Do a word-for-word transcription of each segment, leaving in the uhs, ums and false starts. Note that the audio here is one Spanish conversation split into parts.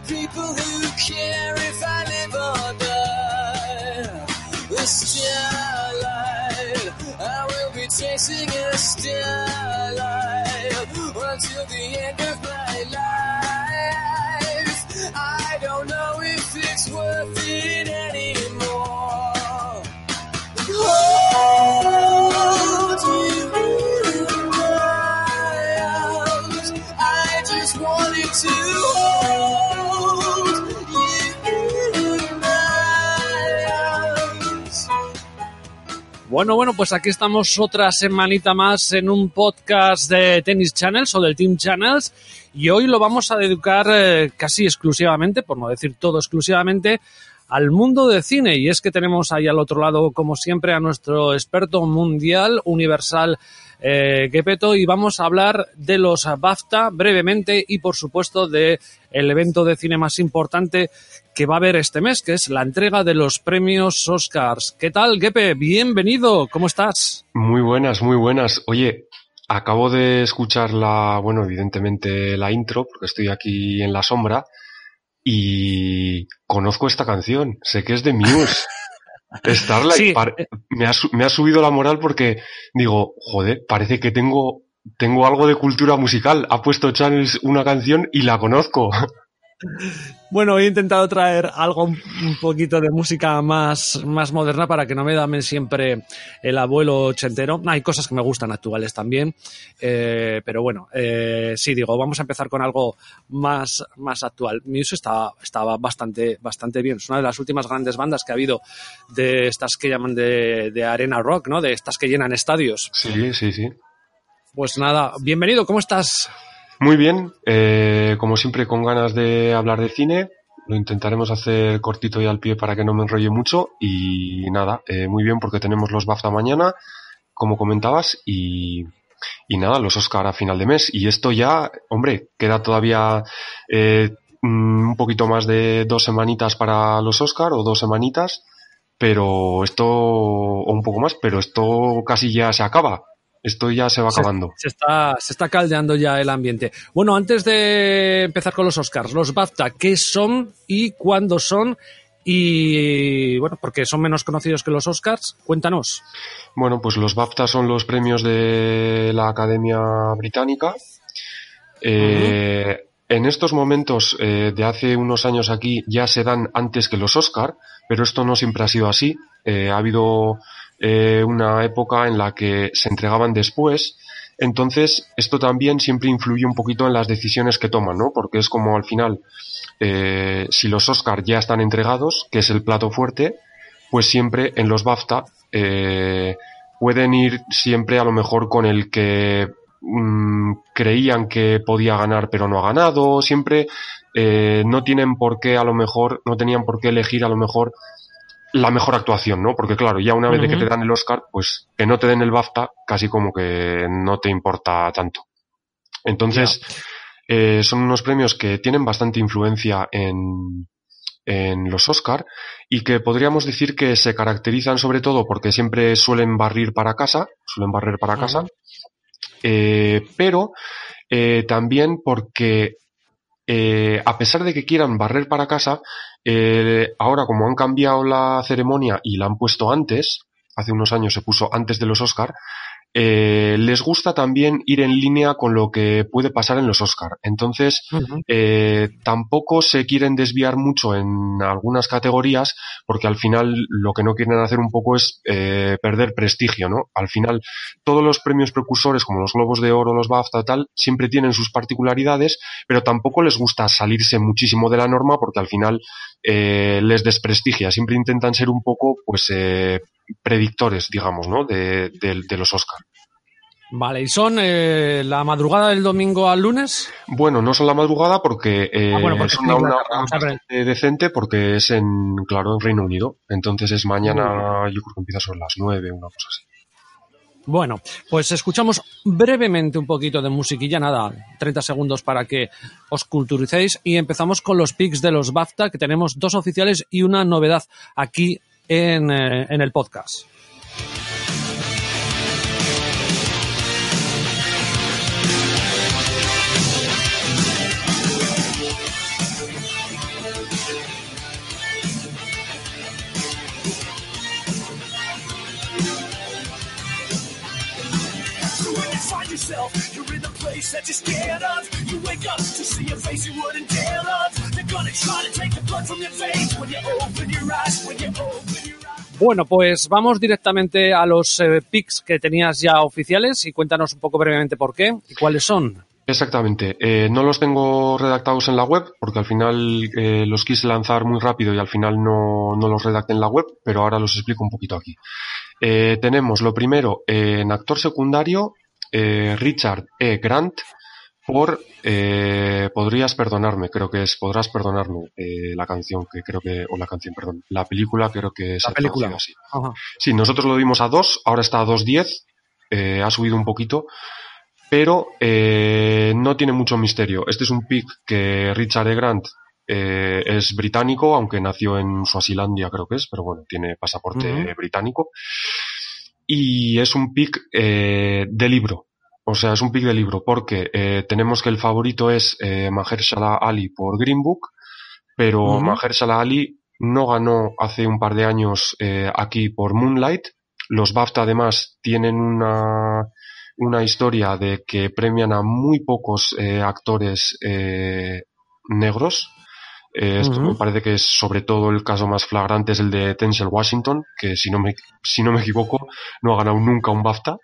people who care if I live or die. The starlight, I will be chasing a starlight until the end of my life. I don't know if it's worth it anymore. Hold you in my arms. I just wanted to hold you in my arms. Bueno, bueno, pues aquí estamos otra semanita más en un podcast de Tennis Channels o del Team Channels, y hoy lo vamos a dedicar eh, casi exclusivamente, por no decir todo exclusivamente, al mundo del cine. Y es que tenemos ahí al otro lado, como siempre, a nuestro experto mundial, universal, eh, Gepetto, y vamos a hablar de los BAFTA brevemente y, por supuesto, de el evento de cine más importante que va a haber este mes, que es la entrega de los premios Oscars. ¿Qué tal, Gepe? Bienvenido, ¿cómo estás? Muy buenas, muy buenas. Oye, acabo de escuchar la, bueno, evidentemente la intro, porque estoy aquí en la sombra, y conozco esta canción, sé que es de Muse. Starlight, Sí. pare- me, ha, su- me ha subido la moral porque digo, joder, parece que tengo, tengo algo de cultura musical. Ha puesto Channels una canción y la conozco. Bueno, he intentado traer algo un un poquito de música más, más moderna para que no me dame siempre el abuelo ochentero. Hay cosas que me gustan actuales también, eh, pero bueno, eh, sí, digo, vamos a empezar con algo más, más actual. Muse estaba, estaba bastante, bastante bien. Es una de las últimas grandes bandas que ha habido, de estas que llaman de, de arena rock, ¿no? De estas que llenan estadios. Sí, sí, sí. Pues nada, bienvenido, ¿cómo estás? Muy bien, eh, como siempre con ganas de hablar de cine, lo intentaremos hacer cortito y al pie para que no me enrolle mucho y nada, eh, muy bien porque tenemos los BAFTA mañana, como comentabas, y, y nada, los Oscar a final de mes y esto ya, hombre, queda todavía eh, un poquito más de dos semanitas para los Oscar o dos semanitas, pero esto, o un poco más, pero esto casi ya se acaba. Esto ya se va acabando. Se, se, está, se está caldeando ya el ambiente. Bueno, antes de empezar con los Oscars, los BAFTA, ¿qué son y cuándo son? Y bueno, porque son menos conocidos que los Oscars, cuéntanos. Bueno, pues los BAFTA son los premios de la Academia Británica. Eh, uh-huh. En estos momentos, eh, de hace unos años aquí, ya se dan antes que los Oscar, pero esto no siempre ha sido así. Eh, ha habido eh, una época en la que se entregaban después. Entonces, esto también siempre influye un poquito en las decisiones que toman, ¿no? Porque es como al final, eh, si los Oscar ya están entregados, que es el plato fuerte, pues siempre en los BAFTA eh, pueden ir siempre a lo mejor con el que mmm, creían que podía ganar pero no ha ganado. Siempre eh, no tienen por qué, a lo mejor, no tenían por qué elegir a lo mejor la mejor actuación, ¿no? Porque claro, ya una vez uh-huh. de que te dan el Oscar, pues que no te den el BAFTA casi como que no te importa tanto. Entonces, yeah. eh, son unos premios que tienen bastante influencia en, en los Oscar y que podríamos decir que se caracterizan sobre todo porque siempre suelen barrir para casa, suelen barrer para uh-huh. casa, eh, pero eh, también porque Eh, a pesar de que quieran barrer para casa, eh, ahora como han cambiado la ceremonia y la han puesto antes, hace unos años se puso antes de los Oscar, eh, les gusta también ir en línea con lo que puede pasar en los Oscar. Entonces, uh-huh. eh, tampoco se quieren desviar mucho en algunas categorías, porque al final lo que no quieren hacer un poco es eh, perder prestigio, ¿no? Al final, todos los premios precursores, como los Globos de Oro, los BAFTA, tal, siempre tienen sus particularidades, pero tampoco les gusta salirse muchísimo de la norma, porque al final eh, les desprestigia. Siempre intentan ser un poco, pues, eh, predictores, digamos, ¿no? De, de, de los Oscar. Vale, ¿y son eh, la madrugada del domingo al lunes? Bueno, no son la madrugada porque, eh, ah, bueno, porque son a una hora bastante decente porque es en, claro, en Reino Unido. Entonces es mañana, yo creo que empieza sobre las nueve, una cosa así. Bueno, pues escuchamos brevemente un poquito de musiquilla, nada, treinta segundos para que os culturicéis y empezamos con los picks de los BAFTA, que tenemos dos oficiales y una novedad aquí en, eh, en el podcast. You're in the place that you're scared of. You wake up to see a face you wouldn't dare love. They're gonna try to take the blood from your veins when you open your eyes, when you open your eyes. Bueno, pues vamos directamente a los eh, picks que tenías ya oficiales y cuéntanos un poco brevemente por qué y cuáles son. Exactamente. Eh, no los tengo redactados en la web porque al final eh, los quise lanzar muy rápido y al final no, no los redacté en la web, pero ahora los explico un poquito aquí. Eh, tenemos lo primero, eh, en actor secundario, eh, Richard E. Grant por eh, Podrías perdonarme, creo que es Podrás perdonarme, eh, la canción que creo que, o la canción, perdón, la película creo que es La película. así. Ajá. Sí, nosotros lo dimos a dos, ahora está a dos diez, eh, ha subido un poquito. Pero eh, no tiene mucho misterio. Este es un pick que Richard E. Grant eh, es británico, aunque nació en Suazilandia, creo que es, pero bueno, tiene pasaporte uh-huh. británico. Y es un pick eh, de libro. O sea, es un pick de libro porque eh, tenemos que el favorito es eh, Mahershala Ali por Green Book, pero uh-huh. Mahershala Ali no ganó hace un par de años eh, aquí por Moonlight. Los BAFTA además tienen una... una historia de que premian a muy pocos eh, actores eh, negros. Eh, esto uh-huh. me parece que es sobre todo el caso más flagrante es el de Denzel Washington, que si no me, si no me equivoco no ha ganado nunca un BAFTA.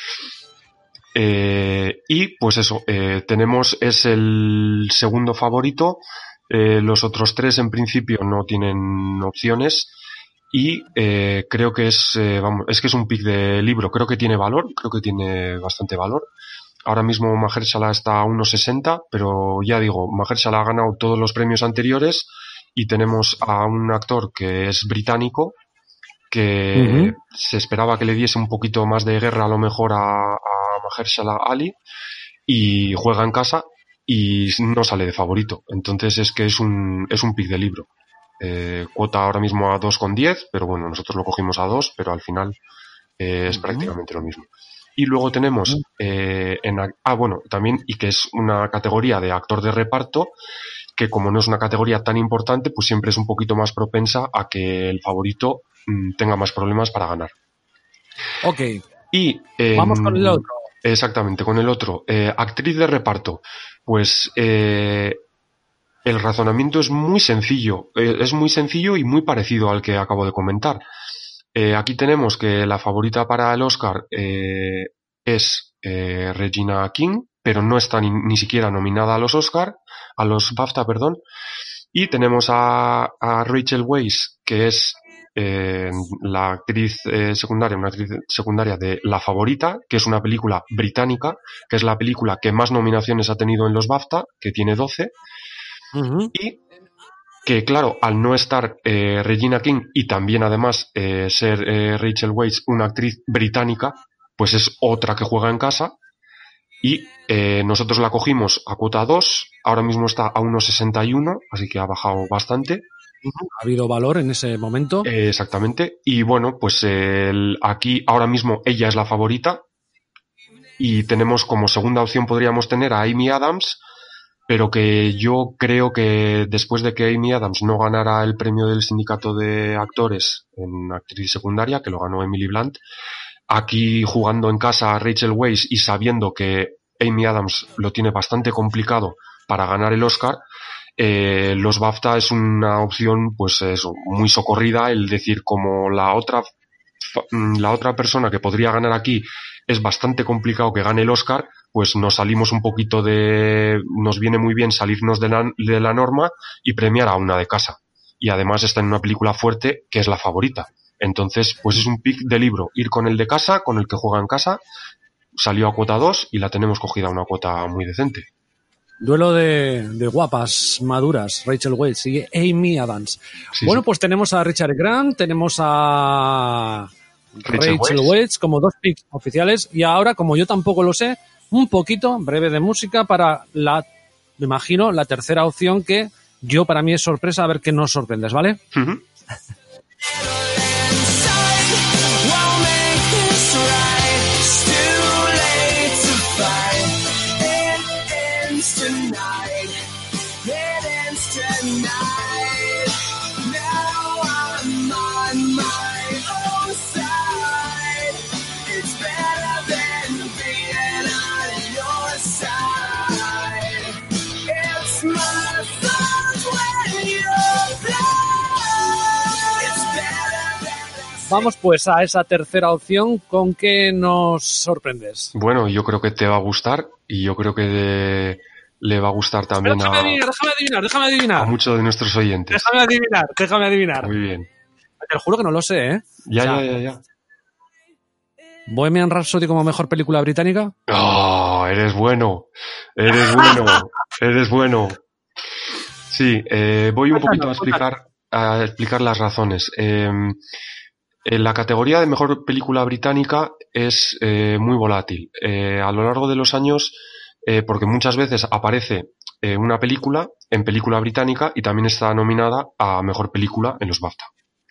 Eh, y pues eso, eh, tenemos, es el segundo favorito, eh, los otros tres en principio no tienen opciones. Y eh, creo que es, eh, vamos, es que es un pick de libro, creo que tiene valor, creo que tiene bastante valor. Ahora mismo Mahershala está a uno sesenta, pero ya digo, Mahershala ha ganado todos los premios anteriores y tenemos a un actor que es británico, que uh-huh. se esperaba que le diese un poquito más de guerra a lo mejor a, a Mahershala Ali y juega en casa y no sale de favorito. Entonces es que es un, es un pick de libro. Eh, cuota ahora mismo a dos con diez, pero bueno, nosotros lo cogimos a dos, pero al final eh, es uh-huh. prácticamente lo mismo. Y luego tenemos uh-huh. eh, en, ah bueno, también, y que es una categoría de actor de reparto, que como no es una categoría tan importante, pues siempre es un poquito más propensa a que el favorito mmm, tenga más problemas para ganar. Ok. Y eh, vamos con el otro. Exactamente, con el otro. Eh, actriz de reparto. Pues eh, el razonamiento es muy sencillo, eh, es muy sencillo y muy parecido al que acabo de comentar. Eh, aquí tenemos que la favorita para el Oscar eh, es eh, Regina King, pero no está ni, ni siquiera nominada a los Oscar, a los BAFTA, perdón. Y tenemos a, a Rachel Weisz, que es eh, la actriz eh, secundaria, una actriz secundaria de La Favorita, que es una película británica, que es la película que más nominaciones ha tenido en los BAFTA, que tiene doce. Uh-huh. Y que claro, al no estar eh, Regina King y también además eh, ser eh, Rachel Weisz una actriz británica, pues es otra que juega en casa y eh, nosotros la cogimos a cuota dos, ahora mismo está a uno sesenta y uno, así que ha bajado bastante. Uh-huh. Ha habido valor en ese momento. Eh, exactamente, y bueno, pues el, aquí ahora mismo ella es la favorita y tenemos como segunda opción podríamos tener a Amy Adams, pero que yo creo que después de que Amy Adams no ganara el premio del sindicato de actores en actriz secundaria, que lo ganó Emily Blunt, aquí jugando en casa a Rachel Weisz y sabiendo que Amy Adams lo tiene bastante complicado para ganar el Oscar, eh, los BAFTA es una opción pues eso, muy socorrida, el decir como la otra la otra persona que podría ganar aquí es bastante complicado que gane el Oscar, pues nos salimos un poquito de... nos viene muy bien salirnos de la, de la norma y premiar a una de casa. Y además está en una película fuerte que es La Favorita. Entonces, pues es un pick de libro. Ir con el de casa, con el que juega en casa, salió a cuota dos y la tenemos cogida a una cuota muy decente. Duelo de, de guapas, maduras, Rachel Weisz y Amy Adams. Sí, bueno, sí. Pues tenemos a Richard Grant, tenemos a Rachel, Rachel Weisz como dos picks oficiales y ahora, como yo tampoco lo sé, un poquito breve de música para la, me imagino, la tercera opción que yo para mí es sorpresa, a ver qué nos sorprendes, ¿vale? Uh-huh. Vamos pues a esa tercera opción. ¿Con qué nos sorprendes? Bueno, yo creo que te va a gustar y yo creo que de- le va a gustar también déjame a, adivinar, déjame adivinar, déjame adivinar. a muchos de nuestros oyentes. Déjame adivinar, déjame adivinar. Muy bien. Te lo juro que no lo sé, ¿eh? Ya, O sea, ya, ya, ya. Bohemian Rhapsody como mejor película británica. ¡Oh, eres bueno! Eres bueno, eres bueno. Sí, eh, voy un poquito a explicar, a explicar las razones. Eh, en la categoría de mejor película británica es eh, muy volátil. Eh, a lo largo de los años, eh, porque muchas veces aparece eh, una película en película británica y también está nominada a mejor película en los BAFTA.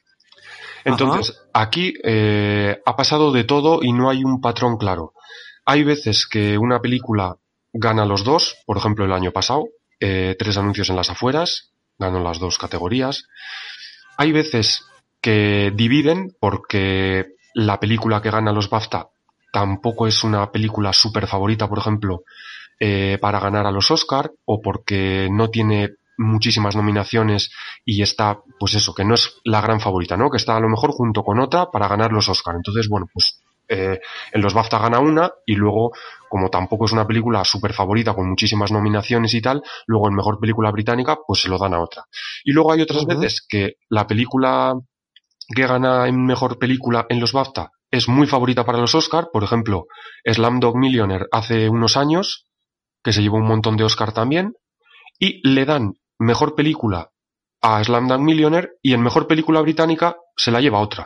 Entonces, Ajá. aquí eh, ha pasado de todo y no hay un patrón claro. Hay veces que una película gana los dos, por ejemplo el año pasado, eh, Tres anuncios en las afueras, ganó las dos categorías. Hay veces que dividen porque la película que gana los BAFTA tampoco es una película súper favorita, por ejemplo, eh, para ganar a los Oscar, o porque no tiene muchísimas nominaciones y está, pues eso, que no es la gran favorita, ¿no? Que está a lo mejor junto con otra para ganar los Oscar. Entonces, bueno, pues eh, en los BAFTA gana una y luego, como tampoco es una película súper favorita con muchísimas nominaciones y tal, luego en mejor película británica, pues se lo dan a otra. Y luego hay otras uh-huh. veces que la película que gana en mejor película en los BAFTA es muy favorita para los Oscar. Por ejemplo, Slumdog Millionaire hace unos años, que se llevó un montón de Oscar también, y le dan mejor película a Slumdog Millionaire y en mejor película británica se la lleva otra.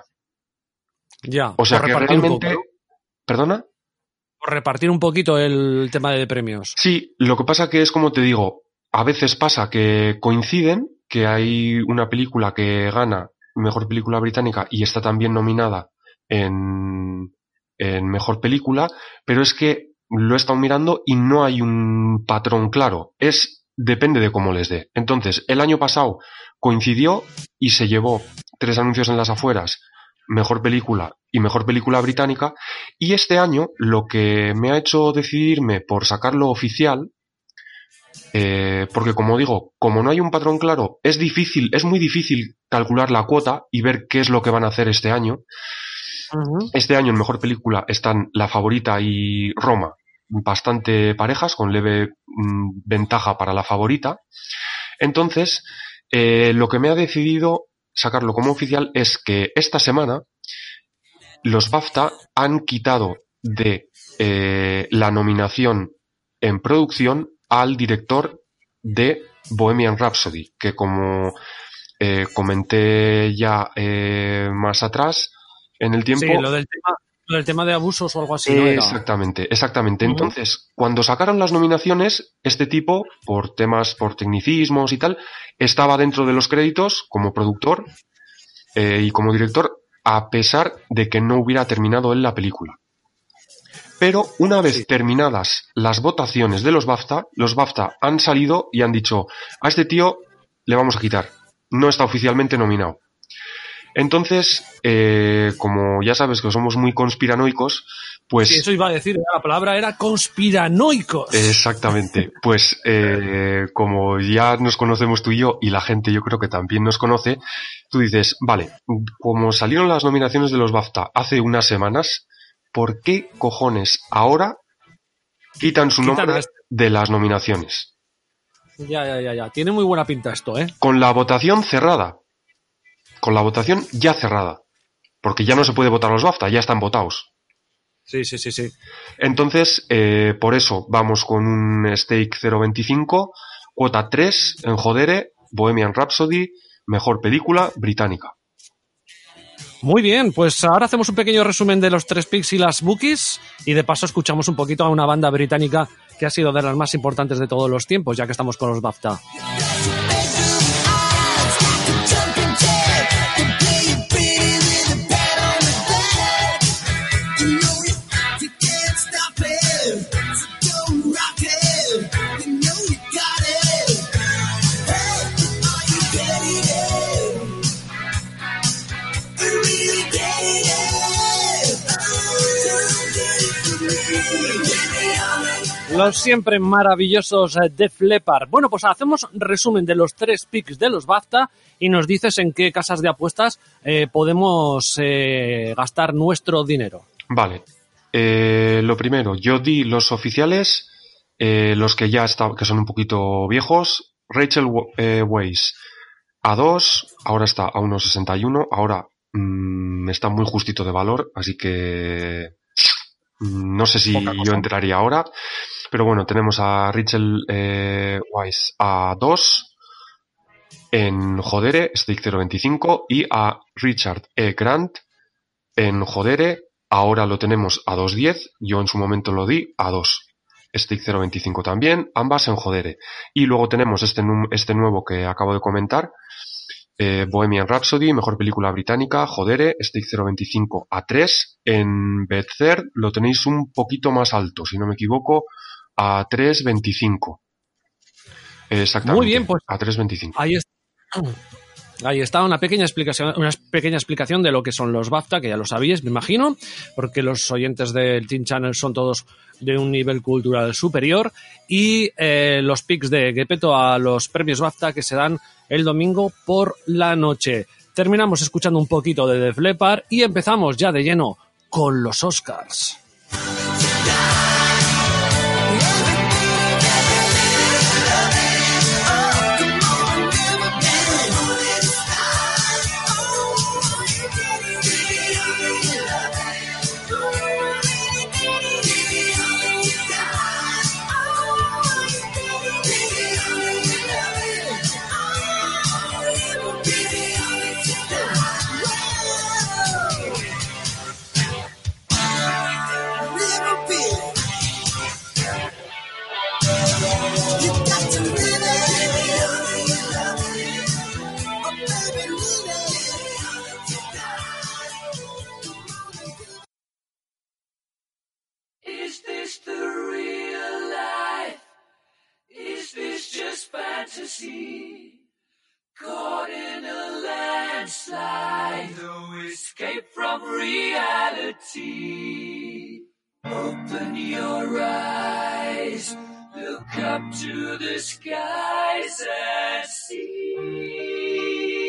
Ya. O sea que realmente... Poco, ¿no? ¿Perdona? Por repartir un poquito el tema de premios. Sí, lo que pasa que es como te digo, a veces pasa que coinciden, que hay una película que gana mejor película británica y está también nominada en, en mejor película, pero es que lo he estado mirando y no hay un patrón claro. Es depende de cómo les dé. Entonces, el año pasado coincidió y se llevó Tres anuncios en las afueras, mejor película y mejor película británica, y este año lo que me ha hecho decidirme por sacarlo oficial, eh, porque como digo, como no hay un patrón claro, es difícil, es muy difícil calcular la cuota y ver qué es lo que van a hacer este año. Uh-huh. Este año en mejor película están La Favorita y Roma, bastante parejas, con leve mmm, ventaja para La Favorita. Entonces, eh, lo que me ha decidido sacarlo como oficial es que esta semana los BAFTA han quitado de eh, la nominación en producción al director de Bohemian Rhapsody, que como eh, comenté ya eh, más atrás en el tiempo... Sí, lo del tema... El tema de abusos o algo así, ¿no? Era... Exactamente, exactamente. Uh-huh. Entonces, cuando sacaron las nominaciones, este tipo, por temas, por tecnicismos y tal, estaba dentro de los créditos como productor eh, y como director, a pesar de que no hubiera terminado él la película. Pero una vez sí. terminadas las votaciones de los BAFTA, los BAFTA han salido y han dicho, a este tío le vamos a quitar, no está oficialmente nominado. Entonces, eh, como ya sabes que somos muy conspiranoicos, pues... Sí, eso iba a decir, la palabra era conspiranoicos. Exactamente. Pues eh, como ya nos conocemos tú y yo, y la gente yo creo que también nos conoce, tú dices, vale, como salieron las nominaciones de los BAFTA hace unas semanas, ¿por qué cojones ahora quitan su quitan nombre este. de las nominaciones? Ya, ya, ya, ya. Tiene muy buena pinta esto, ¿eh? Con la votación cerrada. Con la votación ya cerrada. Porque ya no se puede votar los BAFTA, ya están votados. Sí, sí, sí, sí. Entonces, eh, por eso vamos con un stake cero coma veinticinco, cuota tres en Jodere, Bohemian Rhapsody, mejor película británica. Muy bien, pues ahora hacemos un pequeño resumen de los tres picks y las bookies y de paso escuchamos un poquito a una banda británica que ha sido de las más importantes de todos los tiempos, ya que estamos con los BAFTA. Los siempre maravillosos eh, Def Leppard. Bueno, pues hacemos resumen de los tres picks de los BAFTA y nos dices en qué casas de apuestas eh, podemos eh, gastar nuestro dinero. Vale. Eh, lo primero, yo di los oficiales, eh, los que ya está, que son un poquito viejos. Rachel eh, Weisz a dos, ahora está a uno sesenta y uno, ahora mmm, está muy justito de valor, así que mmm, no sé si yo entraría ahora. Pero bueno, tenemos a Rachel eh, Weisz a dos en Jodere, Stake cero veinticinco, y a Richard E. Grant en Jodere, ahora lo tenemos a dos diez, yo en su momento lo di a dos. Stake cero veinticinco también, ambas en Jodere. Y luego tenemos este, este nuevo que acabo de comentar, eh, Bohemian Rhapsody, mejor película británica, Jodere, Stake cero veinticinco a tres. En Betfair lo tenéis un poquito más alto, si no me equivoco, a tres veinticinco. Exactamente. Muy bien, pues a tres veinticinco. Ahí está. Ahí está una pequeña explicación, una pequeña explicación de lo que son los BAFTA, que ya lo sabíais, me imagino, porque los oyentes del Team Channel son todos de un nivel cultural superior, y eh, los picks de Gepetto a los premios BAFTA que se dan el domingo por la noche. Terminamos escuchando un poquito de Def Leppard y empezamos ya de lleno con los Oscars. Is this the real life? Is this just fantasy? Caught in a landslide, no escape from reality. Open your eyes, look up to the skies and see.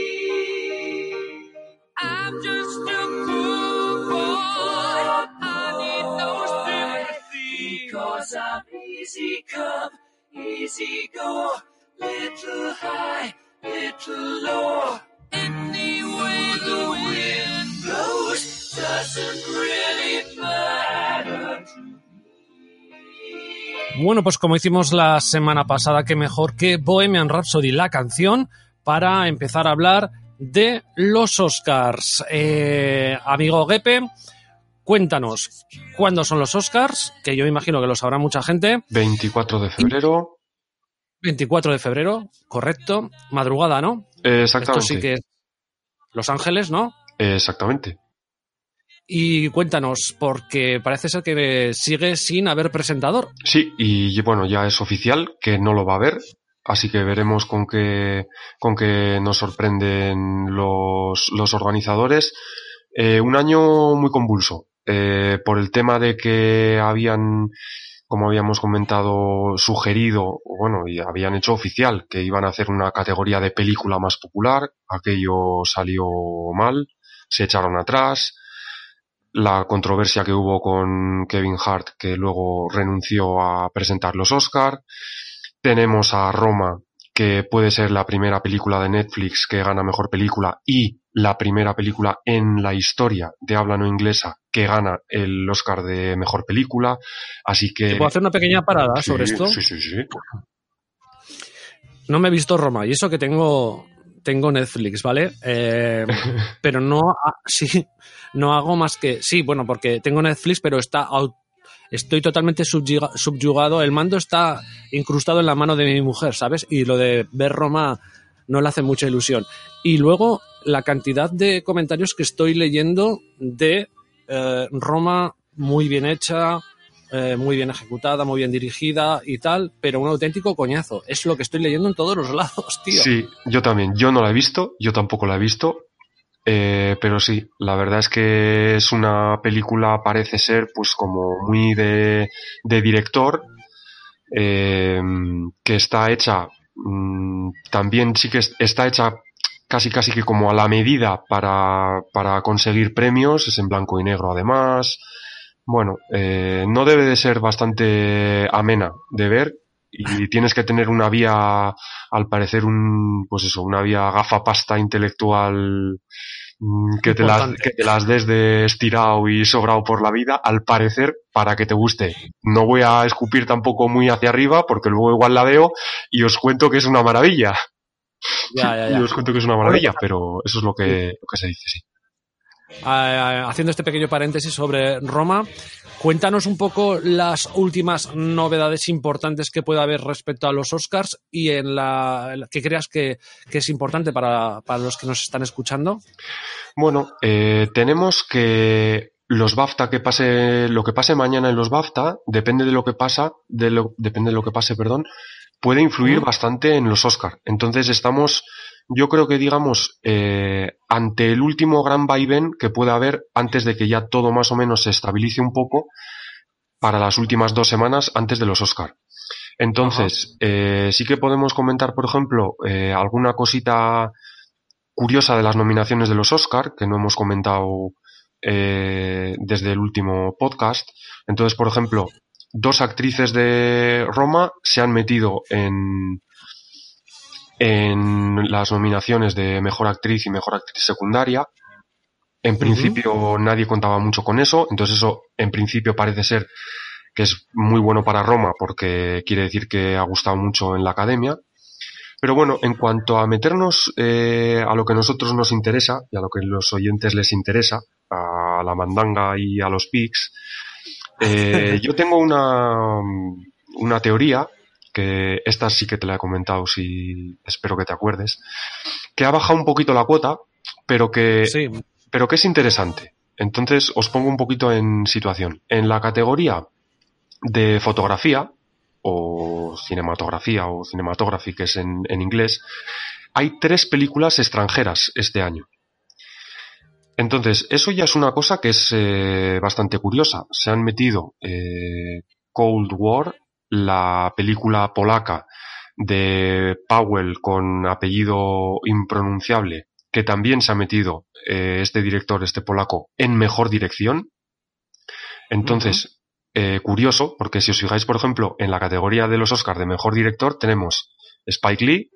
I'm just a cool boy, I need no sympathy, because I'm easy come, easy go, little high, little low. Anyway the wind blows doesn't really matter to me. Bueno, pues como hicimos la semana pasada, qué mejor que Bohemian Rhapsody, la canción, para empezar a hablar de los Oscars. Eh, amigo Gepe, cuéntanos, ¿cuándo son los Oscars? Que yo imagino que lo sabrá mucha gente. veinticuatro de febrero. veinticuatro de febrero, correcto. Madrugada, ¿no? Eh, exactamente. Esto sí que es Los Ángeles, ¿no? Eh, exactamente. Y cuéntanos, porque parece ser que sigue sin haber presentador. Sí, y bueno, ya es oficial que no lo va a haber, así que veremos con qué, con qué nos sorprenden los, los organizadores. Eh, un año muy convulso, eh, por el tema de que habían, como habíamos comentado, sugerido, bueno, y habían hecho oficial que iban a hacer una categoría de película más popular. Aquello salió mal, se echaron atrás. La controversia que hubo con Kevin Hart, que luego renunció a presentar los Oscar. Tenemos a Roma, que puede ser la primera película de Netflix que gana mejor película y la primera película en la historia de habla no inglesa que gana el Oscar de mejor película. Así que... ¿Puedo hacer una pequeña parada sí, sobre esto? Sí, sí, sí. No me he visto Roma, y eso que tengo... Tengo Netflix, ¿vale? Eh, pero no, sí, no hago más que... Sí, bueno, porque tengo Netflix, pero está estoy totalmente subyuga, subyugado. El mando está incrustado en la mano de mi mujer, ¿sabes? Y lo de ver Roma no le hace mucha ilusión. Y luego la cantidad de comentarios que estoy leyendo de eh, Roma muy bien hecha, eh, muy bien ejecutada, muy bien dirigida y tal, pero un auténtico coñazo. Es lo que estoy leyendo en todos los lados, tío. Sí, yo también. Yo no la he visto, yo tampoco la he visto, eh, pero sí, la verdad es que es una película, parece ser, pues como muy de, de director, eh, que está hecha, mmm, también sí que está hecha casi casi que como a la medida para, para conseguir premios, es en blanco y negro además. Bueno, eh, no debe de ser bastante amena de ver y tienes que tener una vía, al parecer un, pues eso, una vía gafapasta intelectual que te, las, que te las des de estirado y sobrado por la vida, al parecer, para que te guste. No voy a escupir tampoco muy hacia arriba, porque luego igual la veo y os cuento que es una maravilla. Ya, ya, ya. Y os cuento que es una maravilla, pero eso es lo que, lo que se dice, sí. Uh, haciendo este pequeño paréntesis sobre Roma, cuéntanos un poco las últimas novedades importantes que pueda haber respecto a los Oscars y en la, en la que creas que, que es importante para, para los que nos están escuchando. Bueno, eh, tenemos que los BAFTA, que pase, lo que pase mañana en los BAFTA, depende de lo que pasa, de lo, depende de lo que pase, perdón, puede influir ¿Mm? bastante en los Oscars. Entonces estamos, yo creo que digamos, eh, ante el último gran vaivén que pueda haber antes de que ya todo más o menos se estabilice un poco para las últimas dos semanas antes de los Oscars. Entonces, eh, sí que podemos comentar, por ejemplo, eh, alguna cosita curiosa de las nominaciones de los Oscar, que no hemos comentado eh, desde el último podcast. Entonces, por ejemplo, dos actrices de Roma se han metido en, en las nominaciones de Mejor Actriz y Mejor Actriz Secundaria. En uh-huh. principio nadie contaba mucho con eso, entonces eso en principio parece ser que es muy bueno para Roma porque quiere decir que ha gustado mucho en la academia. Pero bueno, en cuanto a meternos eh, a lo que a nosotros nos interesa y a lo que a los oyentes les interesa, a la mandanga y a los pics, eh, yo tengo una, una teoría, que esta sí que te la he comentado, si espero que te acuerdes, que ha bajado un poquito la cuota, pero que, sí. pero que es interesante. Entonces os pongo un poquito en situación. En la categoría de fotografía, o cinematografía o cinematography, que es en, en inglés, hay tres películas extranjeras este año. Entonces, eso ya es una cosa que es eh, bastante curiosa. Se han metido eh, Cold War, la película polaca de Powell con apellido impronunciable, que también se ha metido eh, este director, este polaco, en mejor dirección. Entonces, uh-huh. Eh, curioso, porque si os fijáis, por ejemplo, en la categoría de los Oscars de Mejor Director tenemos Spike Lee,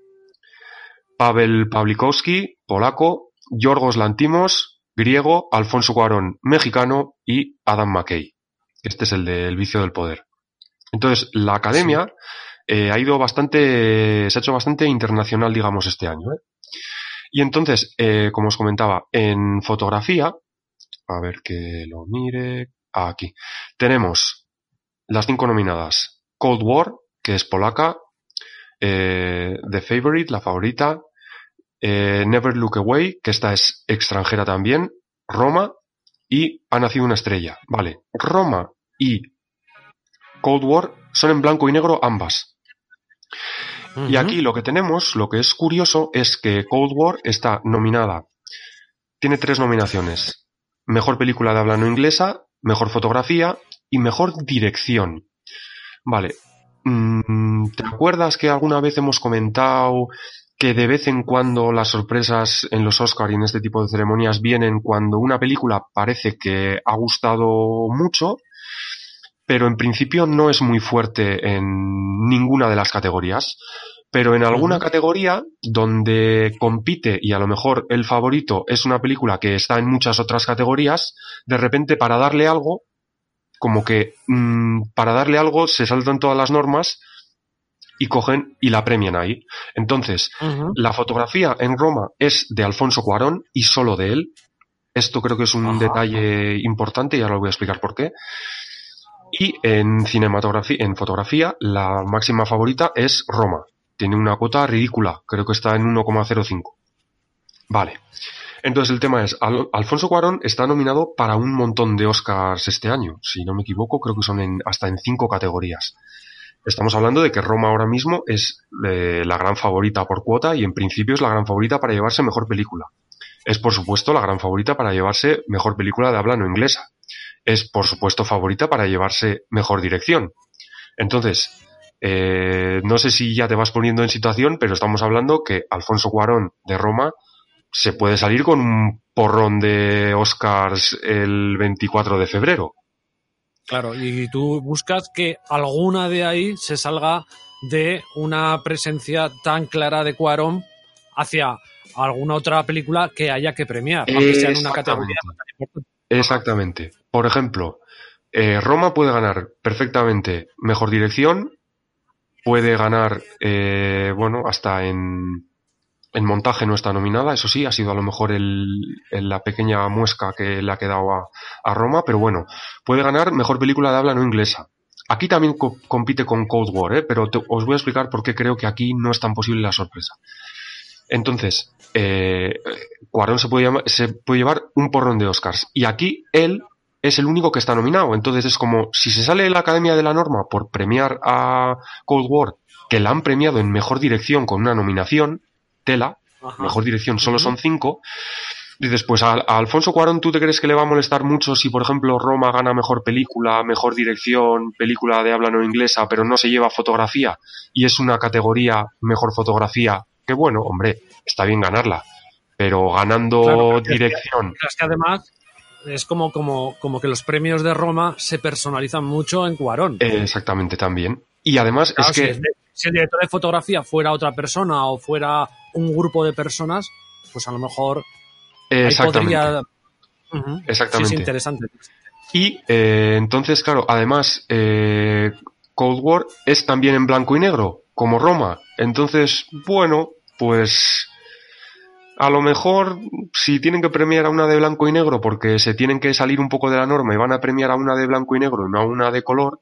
Paweł Pawlikowski, polaco, Yorgos Lanthimos, griego, Alfonso Cuarón, mexicano y Adam McKay. Este es el del Vicio del Poder. Entonces, la academia sí. eh, ha ido bastante, se ha hecho bastante internacional, digamos, este año. ¿eh? Y entonces, eh, como os comentaba, en fotografía, a ver que lo mire... Aquí tenemos las cinco nominadas: Cold War, que es polaca, eh, The Favorite, la favorita, eh, Never Look Away, que esta es extranjera también, Roma y Ha nacido una estrella. Vale, Roma y Cold War son en blanco y negro ambas. Uh-huh. Y aquí lo que tenemos, lo que es curioso, es que Cold War está nominada, tiene tres nominaciones: Mejor película de habla no inglesa, Mejor fotografía y mejor dirección. Vale. ¿Te acuerdas que alguna vez hemos comentado que de vez en cuando las sorpresas en los Oscar y en este tipo de ceremonias vienen cuando una película parece que ha gustado mucho, pero en principio no es muy fuerte en ninguna de las categorías? Pero en alguna uh-huh. categoría donde compite y a lo mejor el favorito es una película que está en muchas otras categorías, de repente para darle algo, como que mmm, para darle algo se saltan todas las normas y cogen y la premian ahí. Entonces, uh-huh. la fotografía en Roma es de Alfonso Cuarón y solo de él. Esto creo que es un uh-huh. detalle importante y ahora lo voy a explicar por qué. Y en cinematografía, en fotografía, la máxima favorita es Roma. Tiene una cuota ridícula, creo que está en uno coma cero cinco. Vale. Entonces el tema es, Al- Alfonso Cuarón está nominado para un montón de Oscars este año. Si no me equivoco, creo que son en, hasta en cinco categorías. Estamos hablando de que Roma ahora mismo es eh, la gran favorita por cuota y en principio es la gran favorita para llevarse mejor película. Es por supuesto la gran favorita para llevarse mejor película de habla no inglesa. Es por supuesto favorita para llevarse mejor dirección. Entonces, Eh, no sé si ya te vas poniendo en situación, pero estamos hablando que Alfonso Cuarón de Roma se puede salir con un porrón de Oscars el veinticuatro de febrero. Claro, y tú buscas que alguna de ahí se salga de una presencia tan clara de Cuarón hacia alguna otra película que haya que premiar, aunque sea en una categoría tan importante. Exactamente. Por ejemplo, eh, Roma puede ganar perfectamente mejor dirección, puede ganar, eh, bueno, hasta en, en montaje no está nominada, eso sí, ha sido a lo mejor el, el- la pequeña muesca que le ha quedado a, a Roma, pero bueno, puede ganar mejor película de habla no inglesa. Aquí también co- compite con Cold War, ¿eh? Pero te- os voy a explicar por qué creo que aquí no es tan posible la sorpresa. Entonces, eh, Cuarón se puede, llama- se puede llevar un porrón de Oscars. Y aquí él es el único que está nominado. Entonces es como si se sale de la Academia de la Norma por premiar a Cold War, que la han premiado en mejor dirección con una nominación, tela, Ajá. mejor dirección solo Ujú. son cinco. Dices, pues a, a Alfonso Cuarón, ¿tú te crees que le va a molestar mucho si, por ejemplo, Roma gana mejor película, mejor dirección, película de habla no inglesa, pero no se lleva fotografía y es una categoría mejor fotografía? Que bueno, hombre, está bien ganarla, pero ganando Claro, pero es que- dirección, Es que además es como, como, como que los premios de Roma se personalizan mucho en Cuarón. eh, exactamente también. Y además Claro, es si, que el de- si el director de fotografía fuera otra persona o fuera un grupo de personas, pues a lo mejor eh, ahí exactamente, podría... Ujú. Sí, exactamente. es interesante. Y eh, entonces, claro, además, eh, Cold War es también en blanco y negro, como Roma. Entonces, bueno, pues a lo mejor si tienen que premiar a una de blanco y negro porque se tienen que salir un poco de la norma y van a premiar a una de blanco y negro y no a una de color,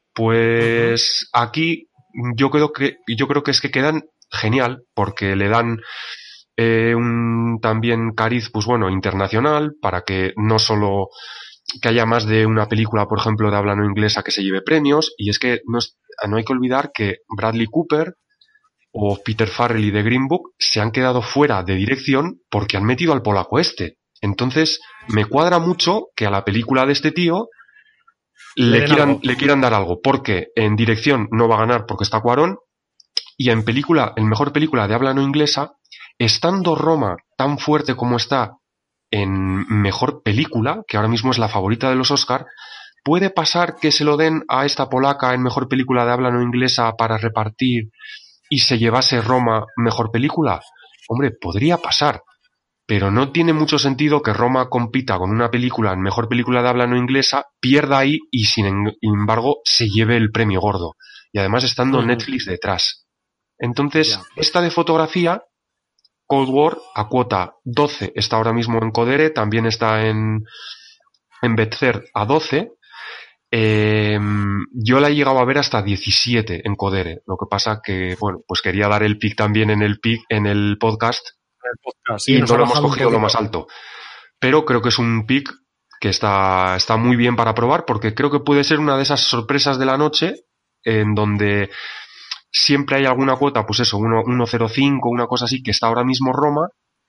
pues aquí yo creo que yo creo que es que quedan genial porque le dan eh, un también cariz, pues bueno, internacional para que no solo que haya más de una película, por ejemplo, de habla no inglesa que se lleve premios, y es que no, es- no hay que olvidar que Bradley Cooper o Peter Farrelly de Green Book se han quedado fuera de dirección porque han metido al polaco este. Entonces, me cuadra mucho que a la película de este tío Le le den quieran, algo. le quieran dar algo, porque en dirección no va a ganar porque está Cuarón, y en película, en mejor película de habla no inglesa, estando Roma tan fuerte como está en mejor película, que ahora mismo es la favorita de los Oscar, ¿puede pasar que se lo den a esta polaca en mejor película de habla no inglesa para repartir y se llevase Roma mejor película? Hombre, podría pasar, pero no tiene mucho sentido que Roma compita con una película en mejor película de habla no inglesa, pierda ahí y sin embargo se lleve el premio gordo. Y además estando Ujú. Netflix detrás. Entonces, Ya. esta de fotografía, Cold War, a cuota doce, está ahora mismo en Codere, también está en, en Betfair a doce. Eh, yo la he llegado a ver hasta diecisiete en Codere. Lo que pasa que, bueno, pues quería dar el pick también en el pick, en el podcast, El podcast, sí, y nos no ha lo hemos bajado un cogido lo poquito. más alto. Pero creo que es un pick que está, está muy bien para probar, porque creo que puede ser una de esas sorpresas de la noche en donde siempre hay alguna cuota, pues eso, uno coma cero cinco, una cosa así, que está ahora mismo Roma,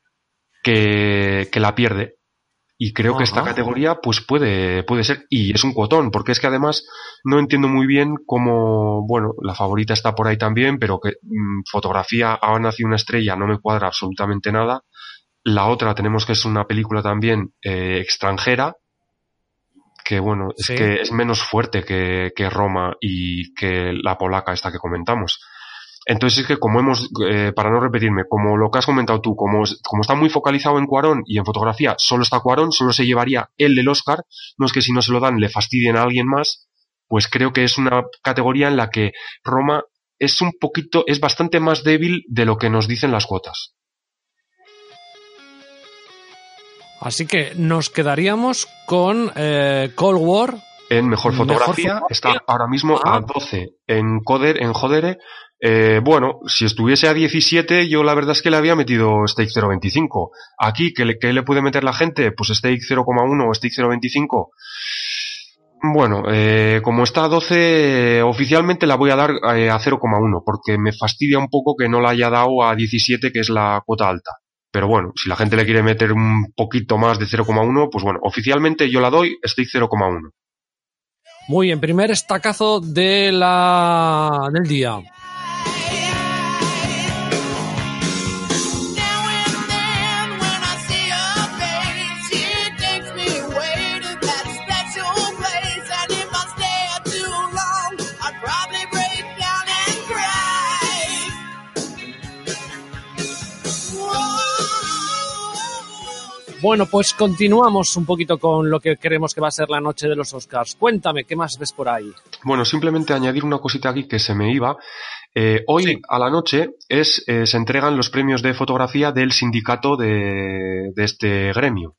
que, que la pierde. Y creo que esta Ajá. categoría pues puede, puede ser, y es un cuotón, porque es que además no entiendo muy bien cómo, bueno, la favorita está por ahí también, pero que mmm, fotografía, Ha nacido una estrella, no me cuadra absolutamente nada. La otra tenemos que es una película también eh, extranjera, que bueno, es Sí. que es menos fuerte que, que Roma y que la polaca esta que comentamos. Entonces es que como hemos, eh, para no repetirme, como lo que has comentado tú, como, como está muy focalizado en Cuarón y en fotografía solo está Cuarón, solo se llevaría él del Oscar, no es que si no se lo dan le fastidien a alguien más, pues creo que es una categoría en la que Roma es un poquito, es bastante más débil de lo que nos dicen las cuotas. Así que nos quedaríamos con eh, Cold War. En mejor fotografía, Mejor está ahora mismo ah. a doce en Coder, en Jodere. Eh, bueno, si estuviese a diecisiete, yo la verdad es que le había metido Stake cero coma veinticinco. Aquí, ¿qué le, qué le puede meter la gente? Pues Stake cero coma uno o Stake cero coma veinticinco. Bueno, eh, como está a doce, eh, oficialmente la voy a dar eh, a cero coma uno, porque me fastidia un poco que no la haya dado a diecisiete, que es la cuota alta. Pero bueno, si la gente le quiere meter un poquito más de cero coma uno, pues bueno, oficialmente yo la doy Stake cero coma uno. Muy bien, primer estacazo de la del día. Bueno, pues continuamos un poquito con lo que creemos que va a ser la noche de los Oscars. Cuéntame, ¿qué más ves por ahí? Bueno, simplemente añadir una cosita aquí que se me iba. Eh, hoy sí. a la noche es eh, se entregan los premios de fotografía del sindicato de, de este gremio.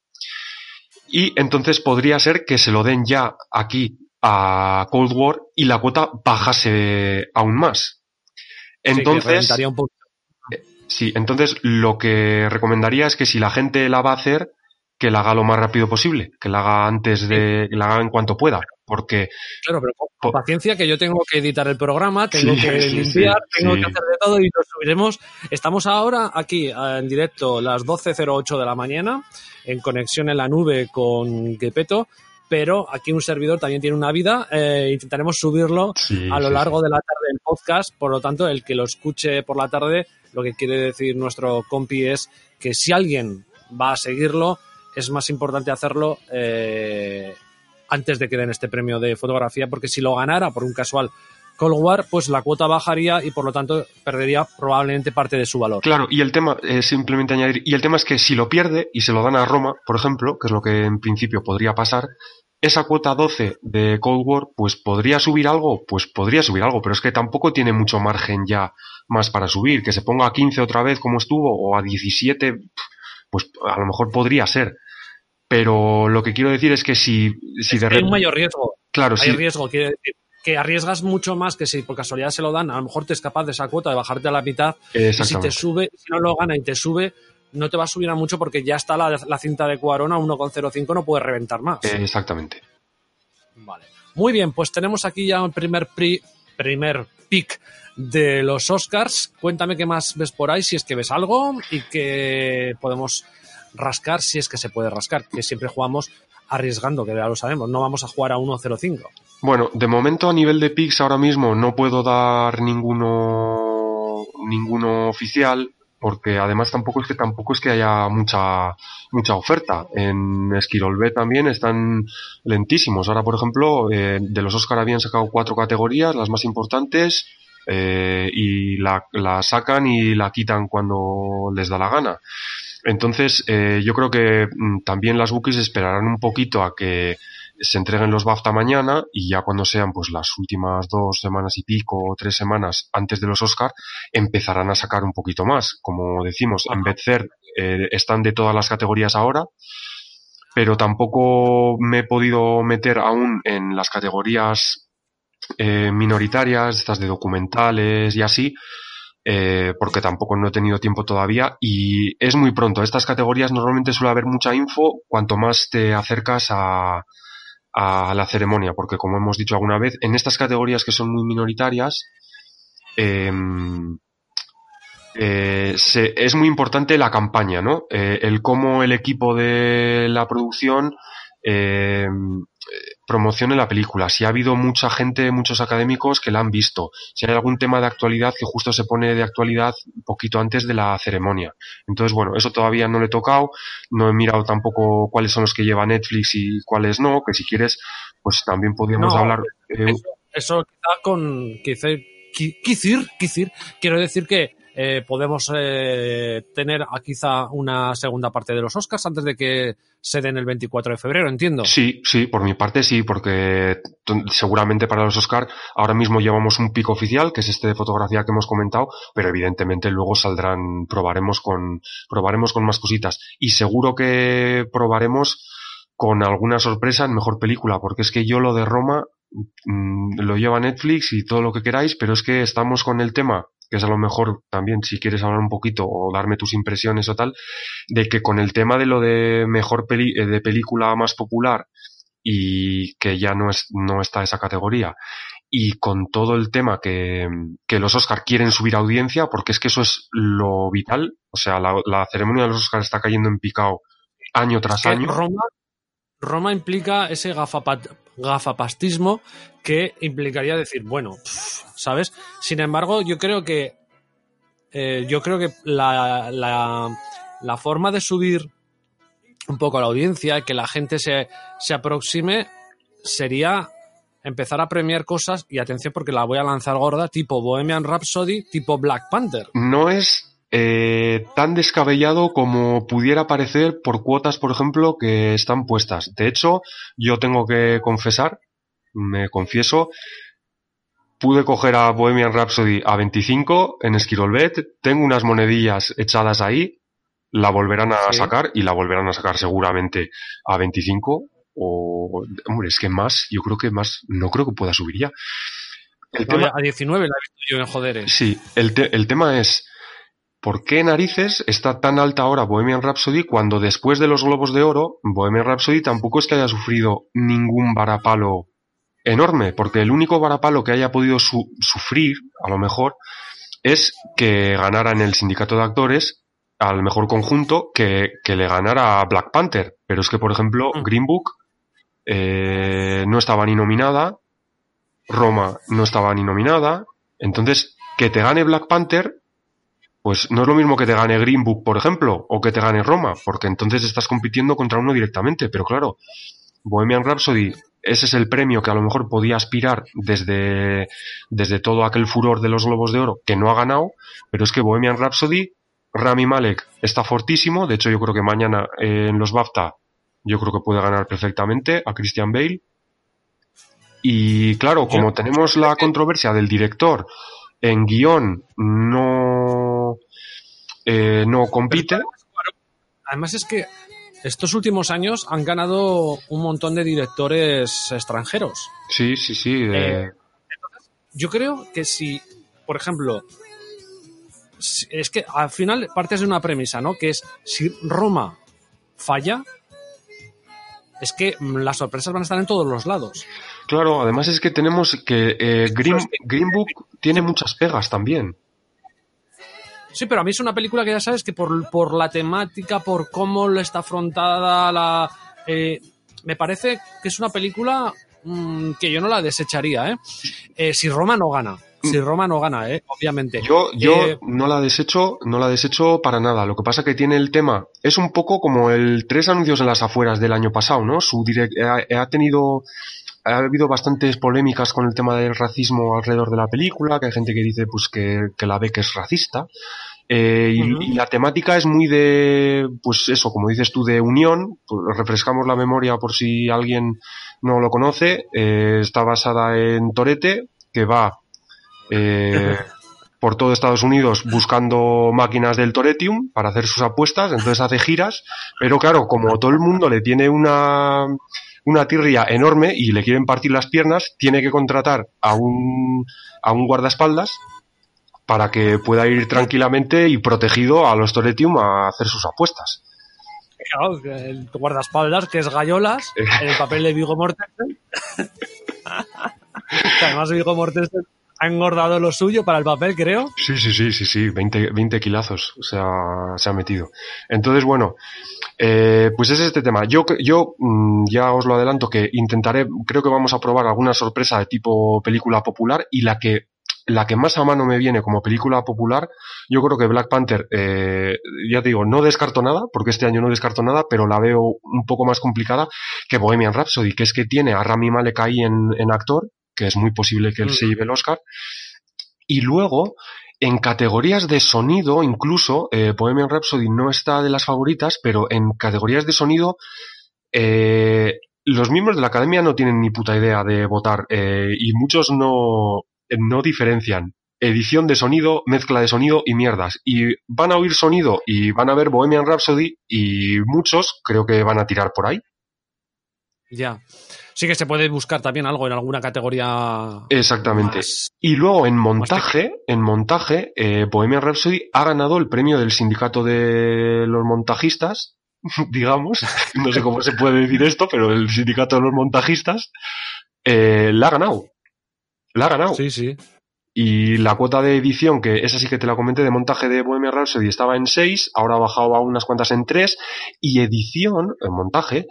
Y entonces podría ser que se lo den ya aquí a Cold War y la cuota bajase aún más. Entonces, sí, que un poco. Sí, entonces lo que recomendaría es que si la gente la va a hacer, que la haga lo más rápido posible, que la haga antes de, que la haga en cuanto pueda, porque... Claro, pero con, con paciencia, que yo tengo que editar el programa, tengo sí, que sí, limpiar, sí, tengo sí. que hacer de todo y lo subiremos. Estamos ahora aquí en directo las doce cero ocho de la mañana, en conexión en la nube con Gepetto, pero aquí un servidor también tiene una vida, eh, intentaremos subirlo sí, a lo sí, largo sí. de la tarde del podcast, por lo tanto, el que lo escuche por la tarde, lo que quiere decir nuestro compi es que si alguien va a seguirlo, es más importante hacerlo eh, antes de que den este premio de fotografía, porque si lo ganara por un casual Cold War, pues la cuota bajaría y por lo tanto perdería probablemente parte de su valor. Claro, y el tema, eh, simplemente añadir, y el tema es que si lo pierde y se lo dan a Roma, por ejemplo, que es lo que en principio podría pasar, esa cuota doce de Cold War, pues podría subir algo, pues podría subir algo, pero es que tampoco tiene mucho margen ya más para subir, que se ponga a quince otra vez como estuvo, o a diecisiete, pues a lo mejor podría ser. Pero lo que quiero decir es que si, si es de que hay un mayor riesgo. Claro, hay sí. riesgo, quiere decir que arriesgas mucho más que si por casualidad se lo dan, a lo mejor te es capaz de esa cuota de bajarte a la mitad, y si te sube, si no lo gana y te sube, no te va a subir a mucho porque ya está la, la cinta de Cuarón a uno coma cero cinco, no puede reventar más. Exactamente. Vale. Muy bien, pues tenemos aquí ya el primer, pri, primer pick de los Oscars. Cuéntame qué más ves por ahí, si es que ves algo y que podemos rascar, si es que se puede rascar, que siempre jugamos arriesgando, que ya lo sabemos, no vamos a jugar a uno coma cero cinco. Bueno, de momento a nivel de picks ahora mismo no puedo dar ninguno ninguno oficial, porque además tampoco es que tampoco es que haya mucha mucha oferta. En Esquirol B también están lentísimos. Ahora, por ejemplo, eh, de los Oscar habían sacado cuatro categorías, las más importantes, eh, y la, la sacan y la quitan cuando les da la gana. Entonces, eh, yo creo que mm, también las bookies esperarán un poquito a que se entreguen los BAFTA mañana y ya cuando sean pues las últimas dos semanas y pico o tres semanas antes de los Oscar empezarán a sacar un poquito más. Como decimos, en Betfair eh, están de todas las categorías ahora, pero tampoco me he podido meter aún en las categorías eh, minoritarias, estas de documentales y así, eh, porque tampoco no he tenido tiempo todavía y es muy pronto. Estas categorías normalmente suele haber mucha info cuanto más te acercas a a la ceremonia, porque como hemos dicho alguna vez, en estas categorías que son muy minoritarias, eh, eh, se, es muy importante la campaña, ¿no? Eh, el cómo el equipo de la producción eh, promocione la película, si ha habido mucha gente, muchos académicos que la han visto, si hay algún tema de actualidad que justo se pone de actualidad un poquito antes de la ceremonia. Entonces, bueno, eso todavía no le he tocado, no he mirado tampoco cuáles son los que lleva Netflix y cuáles no, que si quieres, pues también podríamos no, hablar... Eh, eso, eso quizá con... Quizá, quizir, quizir, quiero decir que eh, podemos eh, tener a quizá una segunda parte de los Oscars antes de que se den el veinticuatro de febrero, entiendo. Sí, sí, por mi parte sí, porque t- seguramente para los Oscar ahora mismo llevamos un pico oficial, que es este de fotografía que hemos comentado, pero evidentemente luego saldrán, probaremos con, probaremos con más cositas y seguro que probaremos con alguna sorpresa en mejor película, porque es que yo lo de Roma mmm, lo lleva Netflix y todo lo que queráis, pero es que estamos con el tema, que es a lo mejor también si quieres hablar un poquito o darme tus impresiones o tal, de que con el tema de lo de mejor peli, de película más popular y que ya no es no está esa categoría y con todo el tema que, que los Oscar quieren subir audiencia, porque es que eso es lo vital, o sea, la, la ceremonia de los Oscar está cayendo en picado año tras es que año. Roma Roma implica ese gafapat, gafapastismo que implicaría decir, bueno, pff, ¿sabes? Sin embargo, yo creo que eh, yo creo que la, la, la forma de subir un poco a la audiencia, que la gente se, se aproxime, sería empezar a premiar cosas, y atención porque la voy a lanzar gorda, tipo Bohemian Rhapsody, tipo Black Panther. No es eh, tan descabellado como pudiera parecer por cuotas, por ejemplo, que están puestas. De hecho, yo tengo que confesar, me confieso, pude coger a Bohemian Rhapsody a veinticinco en Esquirolbet, tengo unas monedillas echadas ahí, la volverán a ¿Sí? sacar y la volverán a sacar seguramente a veinticinco. O, hombre, es que más, yo creo que más, no creo que pueda subir ya. El No, tema, a diecinueve la he visto yo en Joderes. sí, el, te, el tema es, ¿por qué narices está tan alta ahora Bohemian Rhapsody cuando después de los Globos de Oro, Bohemian Rhapsody tampoco es que haya sufrido ningún varapalo enorme? Porque el único varapalo que haya podido su, sufrir, a lo mejor, es que ganara en el sindicato de actores al mejor conjunto, que, que le ganara a Black Panther. Pero es que, por ejemplo, Mm. Green Book eh, no estaba ni nominada, Roma no estaba ni nominada, entonces que te gane Black Panther, pues no es lo mismo que te gane Green Book, por ejemplo, o que te gane Roma, porque entonces estás compitiendo contra uno directamente. Pero claro, Bohemian Rhapsody, ese es el premio que a lo mejor podía aspirar desde, desde todo aquel furor de los Globos de Oro, que no ha ganado, pero es que Bohemian Rhapsody, Rami Malek está fortísimo, de hecho yo creo que mañana eh, en los BAFTA yo creo que puede ganar perfectamente a Christian Bale. Y claro, como Yo- tenemos la controversia del director, en guión no, eh, no compite. Además es que estos últimos años han ganado un montón de directores extranjeros. Sí, sí, sí. de- Eh, Yo creo que si, por ejemplo, si- es que al final partes de una premisa, ¿no? Que es, si Roma falla, es que mm, las sorpresas van a estar en todos los lados. Claro, además es que tenemos que eh, Green, Green Book tiene muchas pegas también. Sí, pero a mí es una película que ya sabes que por, por la temática, por cómo lo está afrontada, la, eh, me parece que es una película mmm, que yo no la desecharía, ¿eh? Eh, si Roma no gana, si Roma no gana, ¿eh? Obviamente. Yo, yo Eh, no la desecho, no la desecho para nada. Lo que pasa que tiene el tema, es un poco como el Tres anuncios en las afueras del año pasado, ¿no? Su direct, ha, ha tenido, ha habido bastantes polémicas con el tema del racismo alrededor de la película, que hay gente que dice pues que, que la ve que es racista. Eh, y, Uh-huh. y la temática es muy de, pues eso, como dices tú, de unión. Pues refrescamos la memoria por si alguien no lo conoce. Eh, está basada en Torete, que va eh, por todo Estados Unidos buscando máquinas del Toretium para hacer sus apuestas, entonces hace giras, pero claro, como todo el mundo le tiene una, una tirria enorme y le quieren partir las piernas, tiene que contratar a un, a un guardaespaldas para que pueda ir tranquilamente y protegido a los Toretium a hacer sus apuestas. Claro, el guardaespaldas, que es Gallolas, en el papel de Viggo Mortensen. Que además Viggo Mortensen ha engordado lo suyo para el papel, creo. Sí, sí, sí, sí, sí, veinte, veinte kilazos se ha, se ha metido. Entonces, bueno, eh, pues es este tema. Yo, yo mmm, ya os lo adelanto que intentaré, creo que vamos a probar alguna sorpresa de tipo película popular, y la que la que más a mano me viene como película popular, yo creo que Black Panther, eh, ya te digo, no descarto nada, porque este año no descarto nada, pero la veo un poco más complicada que Bohemian Rhapsody, que es que tiene a Rami Malek ahí en, en actor, que es muy posible que él se lleve el Oscar. Y luego, en categorías de sonido, incluso, eh, Bohemian Rhapsody no está de las favoritas, pero en categorías de sonido, eh, los miembros de la academia no tienen ni puta idea de votar, eh, y muchos no, no diferencian edición de sonido, mezcla de sonido y mierdas. Y van a oír sonido y van a ver Bohemian Rhapsody, y muchos creo que van a tirar por ahí. Ya. Sí que se puede buscar también algo en alguna categoría. Exactamente. Más... Y luego en montaje, en montaje, eh, Bohemian Rhapsody ha ganado el premio del sindicato de los montajistas, digamos, no sé cómo se puede decir esto, pero el sindicato de los montajistas eh, la ha ganado. La ha ganado. Sí, sí. Y la cuota de edición, que esa sí que te la comenté, de montaje de Bohemian Rhapsody estaba en seis, ahora ha bajado a unas cuantas en tres, y edición, en montaje,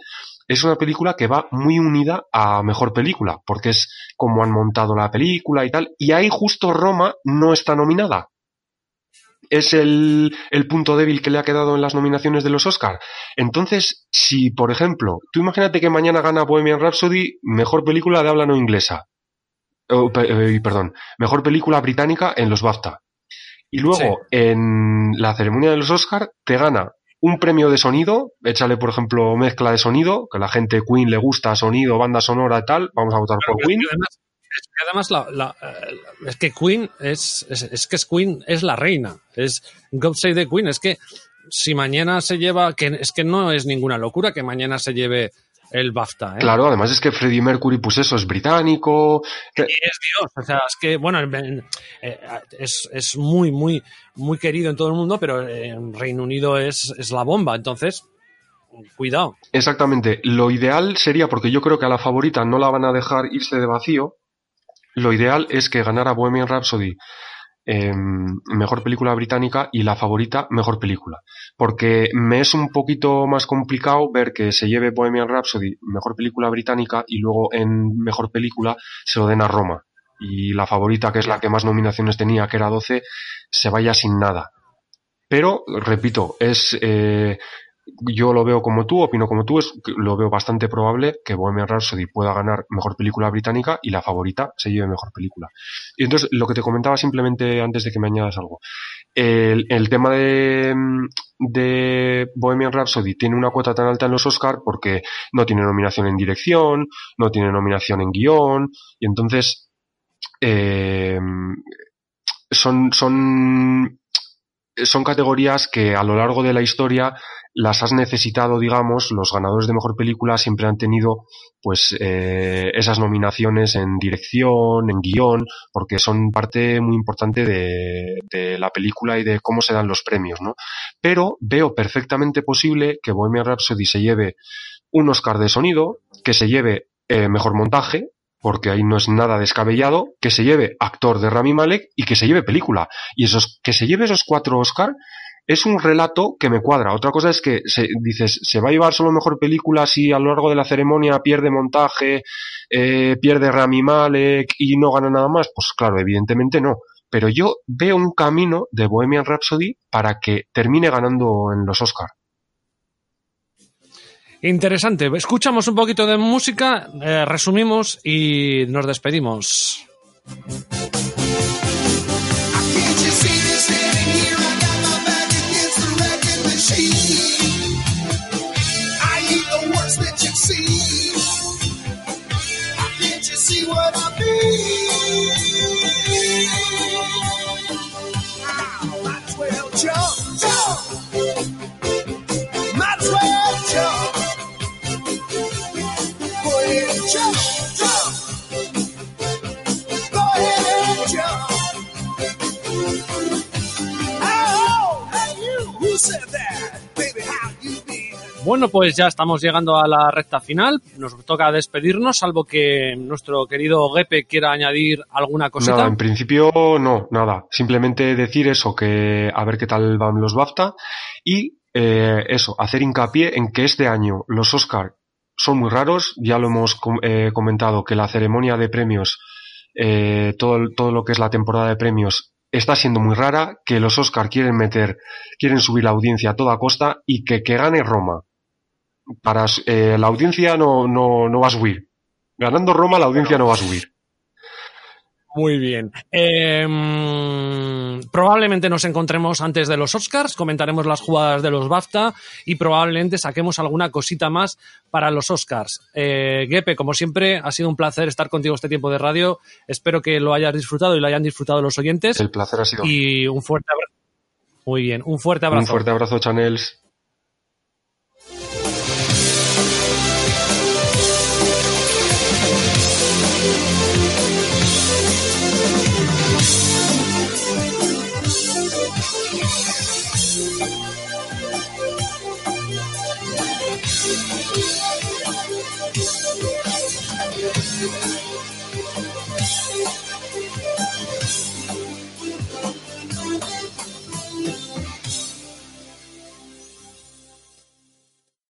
es una película que va muy unida a mejor película, porque es como han montado la película y tal, y ahí justo Roma no está nominada. Es el, el punto débil que le ha quedado en las nominaciones de los Oscar. Entonces, si, por ejemplo, tú imagínate que mañana gana Bohemian Rhapsody, mejor película de habla no inglesa. Oh, eh, perdón, mejor película británica en los BAFTA. Y luego, sí, en la ceremonia de los Oscar, te gana un premio de sonido, échale, por ejemplo, mezcla de sonido, que a la gente Queen le gusta sonido, banda sonora y tal, vamos a votar pero por Queen. Además, es que además la, la, es que Queen es, es, es que es Queen es la reina, es God Save the Queen, es que si mañana se lleva, que es que no es ninguna locura que mañana se lleve el BAFTA, ¿eh? Claro, además es que Freddie Mercury, pues eso, es británico. Y es Dios, o sea, es que, bueno, es, es muy, muy, muy querido en todo el mundo, pero en Reino Unido es, es la bomba, entonces, cuidado. Exactamente, lo ideal sería, porque yo creo que a la favorita no la van a dejar irse de vacío, lo ideal es que ganara Bohemian Rhapsody Eh, mejor película británica y la favorita mejor película, porque me es un poquito más complicado ver que se lleve Bohemian Rhapsody mejor película británica y luego en mejor película se lo den a Roma y la favorita, que es la que más nominaciones tenía, que era doce, se vaya sin nada. Pero repito, es eh, yo lo veo como tú, opino como tú, es, lo veo bastante probable que Bohemian Rhapsody pueda ganar mejor película británica y la favorita se lleve mejor película. Y entonces, lo que te comentaba simplemente antes de que me añadas algo, el, el tema de, de Bohemian Rhapsody tiene una cuota tan alta en los Oscar porque no tiene nominación en dirección, no tiene nominación en guión, y entonces eh, son, son son categorías que a lo largo de la historia las has necesitado, digamos, los ganadores de mejor película siempre han tenido pues eh, esas nominaciones en dirección, en guión, porque son parte muy importante de, de la película y de cómo se dan los premios, ¿no? Pero veo perfectamente posible que Bohemian Rhapsody se lleve un Oscar de sonido, que se lleve eh, mejor montaje, porque ahí no es nada descabellado, que se lleve actor de Rami Malek y que se lleve película. Y esos, que se lleve esos cuatro Oscar es un relato que me cuadra. Otra cosa es que se, dices, ¿se va a llevar solo mejor película si a lo largo de la ceremonia pierde montaje, eh, pierde Rami Malek y no gana nada más? Pues claro, evidentemente no. Pero yo veo un camino de Bohemian Rhapsody para que termine ganando en los Oscar. Interesante. Escuchamos un poquito de música, eh, resumimos y nos despedimos. Bueno, pues ya estamos llegando a la recta final. Nos toca despedirnos, salvo que nuestro querido Gepe quiera añadir alguna cosita. Nada, en principio no, nada. Simplemente decir eso, que a ver qué tal van los BAFTA y eh, eso, hacer hincapié en que este año los Oscar son muy raros. Ya lo hemos eh, comentado, que la ceremonia de premios, eh, todo, todo lo que es la temporada de premios está siendo muy rara, que los Oscar quieren meter, quieren subir la audiencia a toda costa y que, que gane Roma. Para eh, la audiencia no, no, no va a subir. Ganando Roma la audiencia no va a subir. Muy bien. Eh, probablemente nos encontremos antes de los Oscars, comentaremos las jugadas de los BAFTA y probablemente saquemos alguna cosita más para los Oscars. Eh, Gepe, como siempre, ha sido un placer estar contigo este tiempo de radio. Espero que lo hayas disfrutado y lo hayan disfrutado los oyentes. El placer ha sido. Y un fuerte abrazo. Muy bien, un fuerte abrazo. Un fuerte abrazo, Chanels.